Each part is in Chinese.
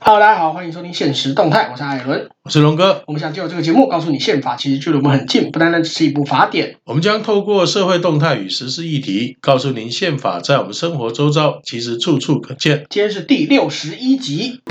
Hello，大家好，欢迎收听现实动态，我是艾伦， 我是龙哥。 我们想借由这个节目告诉你，宪法其实距离我们很近，不单单只是一部法典。 我们将透过社会动态与时事议题，告诉您宪法在我们生活周遭其实处处可见。 今天是第61集。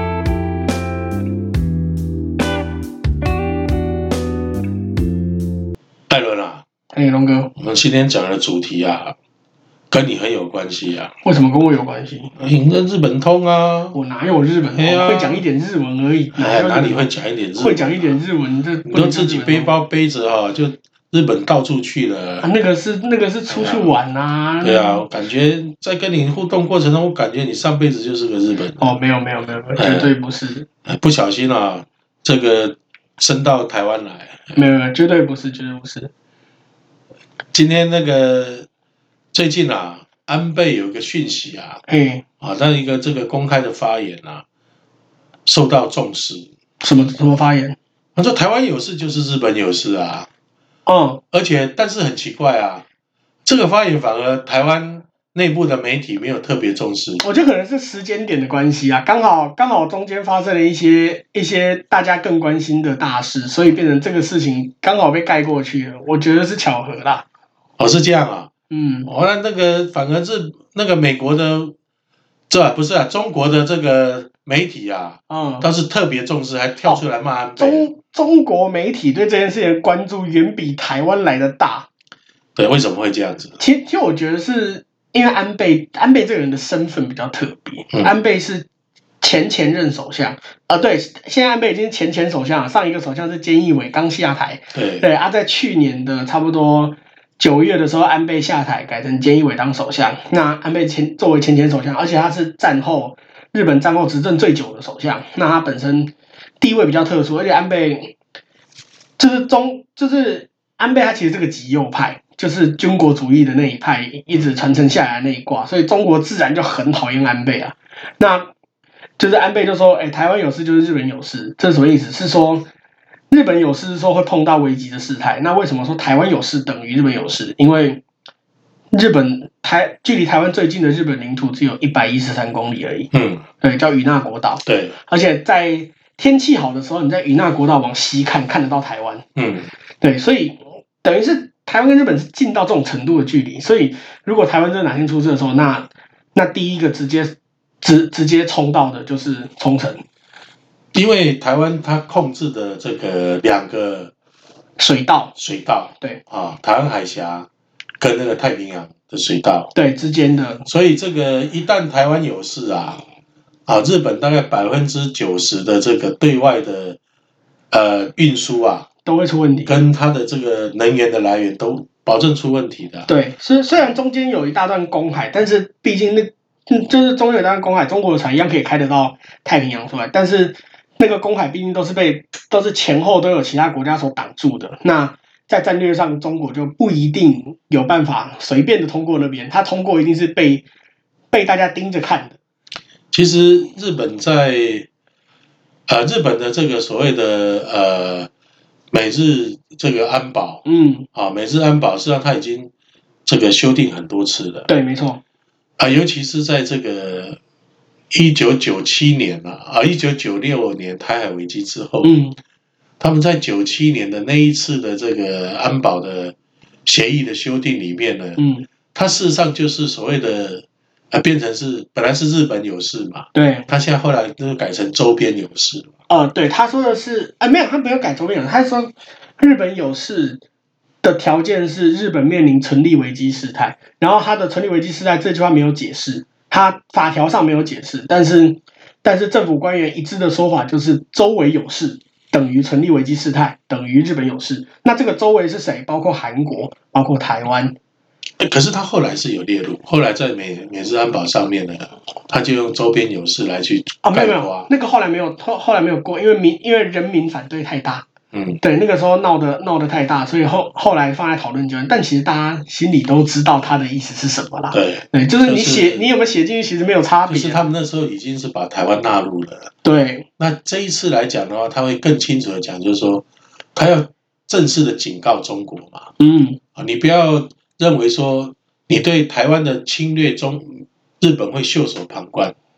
艾伦啊， 龙哥， 我们今天讲的主题啊，跟你很有关系啊。 为什么跟我有关系？ 你跟日本通啊？ 我哪有日本通？会讲一点日文而已。 哪里会讲一点日文？ 会讲一点日文， 你都自己背包背着啊，就日本到处去了。 那个是出去玩啊。 对啊，我感觉在跟你互动过程中，我感觉你上辈子就是个日本人。 哦，没有，绝对不是。 不小心啊，这个升到台湾来。 没有，绝对不是。 今天那个最近啊，安倍有一个讯息啊，他一个这个公开的发言啊，受到重视。 什么发言？ 他说台湾有事就是日本有事啊。但是很奇怪啊，这个发言反而台湾内部的媒体没有特别重视。 我觉得可能是时间点的关系啊，刚好中间发生了一些大家更关心的大事，所以变成这个事情刚好被盖过去了。我觉得是巧合啦。 是这样啊。那个反而是那个美国的，不是啊，中国的这个媒体啊，倒是特别重视，还跳出来骂安倍。 中国媒体对这件事情的关注远比台湾来的大。 对，为什么会这样子？ 其实我觉得是因为安倍这个人的身份比较特别。安倍是前任首相，对，现在安倍已经是前首相了，上一个首相是菅义伟刚下台。对，在去年的差不多9月的时候，安倍下台，改成菅义伟当首相。那安倍作为前首相，而且他是日本战后执政最久的首相，那他本身地位比较特殊，而且安倍就是安倍他其实是个极右派，就是军国主义的那一派一直传承下来的那一挂，所以中国自然就很讨厌安倍啊。那就是安倍就说，台湾有事就是日本有事，这是什么意思？是说日本有事是说会碰到危急的事态。那为什么说台湾有事等于日本有事？因为距离台湾最近的日本领土只有113公里而已。对，叫与那国岛。对，而且在天气好的时候，你在与那国岛往西看得到台湾。对，所以等于是台湾跟日本是近到这种程度的距离。所以如果台湾真的哪天出事的时候，那第一个直接冲到的就是冲绳， 因为台湾它控制的这个2个水道，对啊，台湾海峡跟那个太平洋的水道， 对之间的， 所以这个一旦台湾有事啊，日本大概90%的这个对外的运输啊， 都会出问题， 跟它的这个能源的来源都保证出问题的。 对，虽然中间有一大段公海，但是毕竟就是中间有一大段公海，中国的船一样可以开得到太平洋出来，但是那个公海毕竟都是前后都有其他国家所挡住的。那在战略上，中国就不一定有办法随便的通过那边，它通过一定是被大家盯着看的。 其实日本的这个所谓的美日这个安保，美日安保实际上它已经这个修订很多次了。 对，没错。 尤其是在这个1997年1996年台海危机之后，他们在97年的那一次的这个安保的协议的修订里面呢，它事实上就是所谓的变成是本来是日本有事嘛，对，他现在后来就改成周边有事。 对，他说的是没有，他没有改周边有事，他说日本有事的条件是日本面临成立危机事态，然后他的成立危机事态这句话没有解释，他法条上没有解释，但是政府官员一致的说法就是周围有事等于成立危机事态等于日本有事。那这个周围是谁？包括韩国，包括台湾。 可是他后来是有列入，后来在美日安保上面呢，他就用周边有事来去没有，那个后来没有过，因为人民反对太大。对，那个时候闹得太大，所以后来放在讨论阶段。但其实大家心里都知道他的意思是什么啦。对，就是你有没有写进去，其实没有差别。 就是他们那时候已经是把台湾纳入了。 对， 那这一次来讲的话，他会更清楚的讲，就是说他要正式的警告中国嘛。你不要认为说你对台湾的侵略日本会袖手旁观。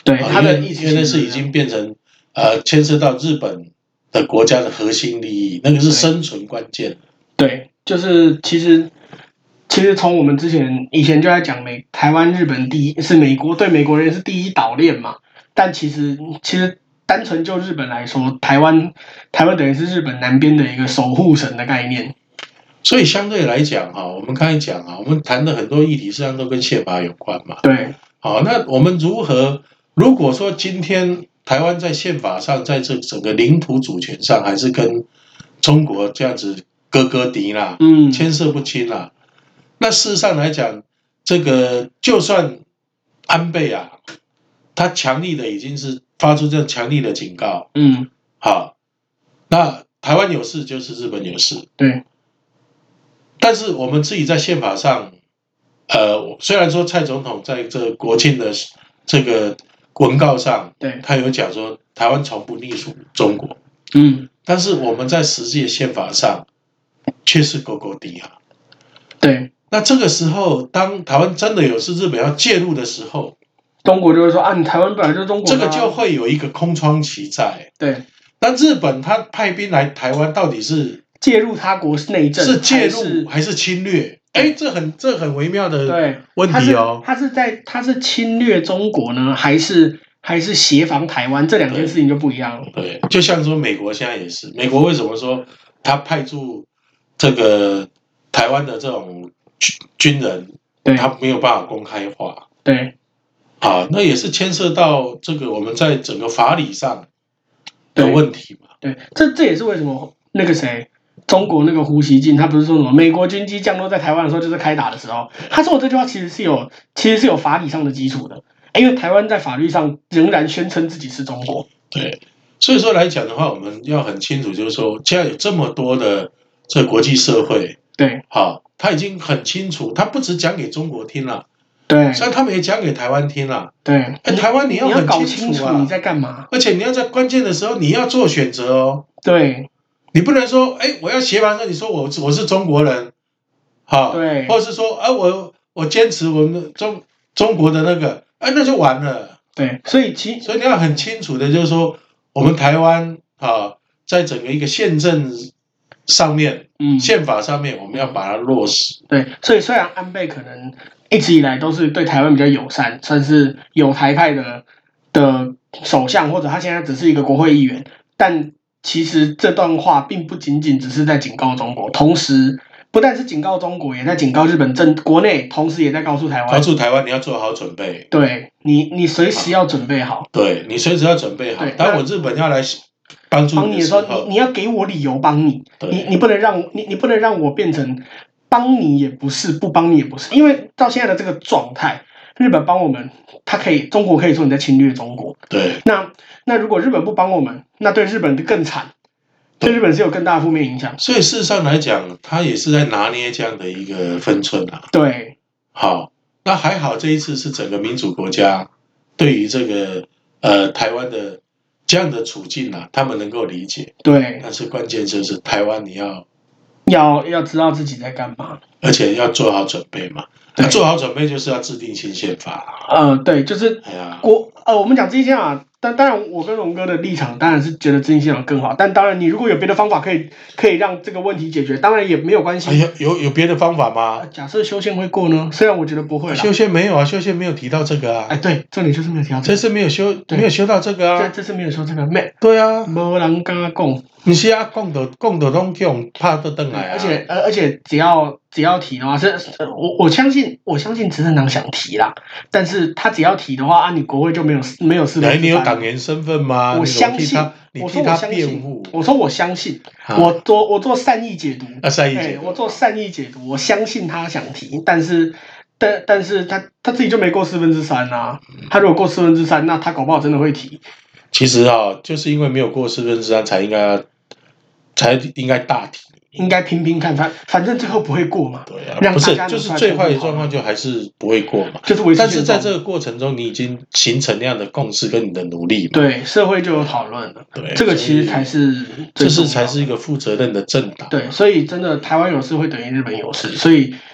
对，他的意思因为那是已经变成牵涉到日本的国家的核心利益，那个是生存关键。 对，就是其实从我们以前就在讲台湾、日本是美国对美国人是第一岛链嘛，但其实单纯就日本来说，台湾等于是日本南边的一个守护神的概念。 所以相对来讲我们刚才讲我们谈的很多议题实际上都跟宪法有关嘛。 对。 好，那我们如果说今天台湾在宪法上，在这整个领土主权上，还是跟中国这样子哥哥敌啦，牵涉不清啦，那事实上来讲，这个就算安倍他强力的已经是发出这样强力的警告，好，那台湾有事就是日本有事， 对。 但是我们自己在宪法上，虽然说蔡总统在这国庆的这个文告上， 对， 他有讲说台湾从不隶属中国，但是我们在实际的宪法上却是勾勾敌对。 那这个时候，当台湾真的有事，日本要介入的时候， 中国就会说你台湾本来就是中国的， 这个就会有一个空窗期在。 对。 那日本他派兵来台湾，到底是介入他国内政， 是介入还是侵略？这很微妙的问题哦。 他是侵略中国呢，还是协防台湾？这两件事情就不一样了。 对，就像说美国现在也是，美国为什么说他派驻这个台湾的这种军人，他没有办法公开化？ 对。 那也是牵涉到这个我们在整个法理上的问题嘛。 对，这也是为什么那个中国那个胡锡进，他不是说什么美国军机降落在台湾的时候就是开打的时候，他说的这句话其实是有法理上的基础的，因为台湾在法律上仍然宣称自己是中国。 对，所以说来讲的话，我们要很清楚，就是说，现在有这么多的这国际社会， 对， 他已经很清楚，他不只讲给中国听了。 对， 所以他们也讲给台湾听了。 对， 台湾你要很搞清楚你在干嘛， 而且你要在关键的时候你要做选择哦。 对， 你不能说我要协防说你说我是中国人， 对， 或者是说我坚持我们中国的那个，那就完了。 对，所以你要很清楚的就是说，我们台湾在整个一个宪政上面，宪法上面，我们要把它落实。 对，所以虽然安倍可能一直以来都是对台湾比较友善，算是有台派的首相，或者他现在只是一个国会议员，但其实这段话并不仅仅只是在警告中国，同时不但是警告中国，也在警告日本国内，同时也在告诉台湾， 你要做好准备。 对，你随时要准备好。 对，你随时要准备好。当我日本要来帮助你的时候，你要给我理由帮你，你不能让我变成帮你也不是，不帮你也不是，因为到现在的这个状态，日本帮我们，中国可以说你在侵略中国。 对。 那如果日本不帮我们，那对日本更惨，对日本是有更大的负面影响。 所以事实上来讲，他也是在拿捏这样的一个分寸对。 好，那还好这一次是整个民主国家对于这个台湾的这样的处境他们能够理解。 对。 但是关键就是台湾你要知道自己在干嘛， 而且要做好准备嘛。做好准备就是要制定新宪法。 对，就是我们讲制定宪法，当然我跟龙哥的立场当然是觉得制定宪法更好，但当然你如果有别的方法可以让这个问题解决，当然也没有关系。 有别的方法吗？ 假设修宪会过呢？虽然我觉得不会啦。 修宪没有修宪没有提到这个对，重点就是没有提到这个。 这次没有修到这个这次没有修这个， 对啊， 没人跟他讲。 不是讲到拢用怕都回来而且只要提的话，我相信执政党想提啦，但是他只要提的话你国会就没有4分之3。 你有党员身份吗？ 我相信， 你替他辩护。 我说我相信，我做善意解读。我做善意解读，我相信他想提，但是他自己就没过3%啊。他如果过3%，那他搞不好真的会提。 其实就是因为没有过3%才应该大提， 应该拼看，反正最后不会过嘛。 对啊，不是，就是最坏的状况就还是不会过嘛。但是在这个过程中，你已经形成那样的共识跟你的努力嘛。 对，社会就有讨论了。 对， 这个其实才是才是一个负责任的政党。 对，所以真的台湾有事会等于日本有事，所以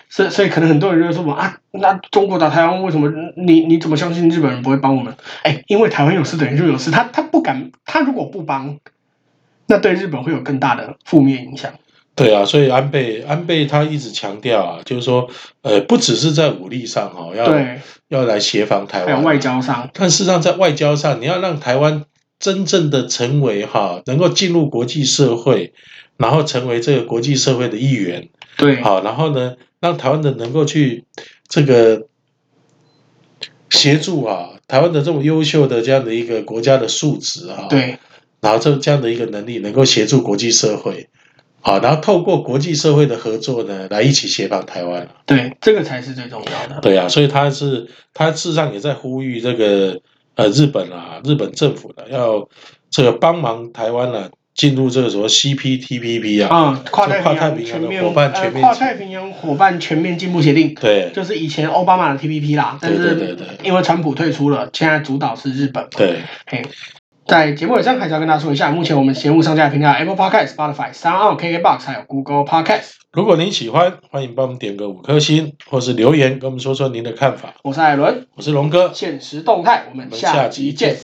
所以可能很多人就会说嘛啊，那中国打台湾为什么你怎么相信日本人不会帮我们？因为台湾有事等于就有事，他不敢，他如果不帮，那对日本会有更大的负面影响。 对啊，所以安倍他一直强调啊，就是说，不只是在武力上要来协防台湾， 还有外交上， 但事实上在外交上，你要让台湾真正的成为能够进入国际社会，然后成为这个国际社会的一员， 对， 好，然后呢，让台湾的能够去这个协助台湾的这种优秀的这样的一个国家的素质对， 然后这样的一个能力能够协助国际社会。好，然后透过国际社会的合作呢，来一起协防台湾。 对，这个才是最重要的。 对啊，所以他事实上也在呼吁这个日本政府呢，要这个帮忙台湾呢进入这个什么 CPTPP 跨太平洋的跨太平洋伙伴全面进步协定。 对， 就是以前奥巴马的 TPP 啦，但是因为川普退出了，现在主导是日本。 对， 在节目尾声还是要跟大家说一下，目前我们节目上架的平台 Apple Podcast、Spotify、SoundOn、KKBox 还有 Google Podcast。 如果您喜欢，欢迎帮我们点个5颗星，或是留言跟我们说说您的看法。 我是艾伦， 我是龙哥， 现实动态，我们下集见。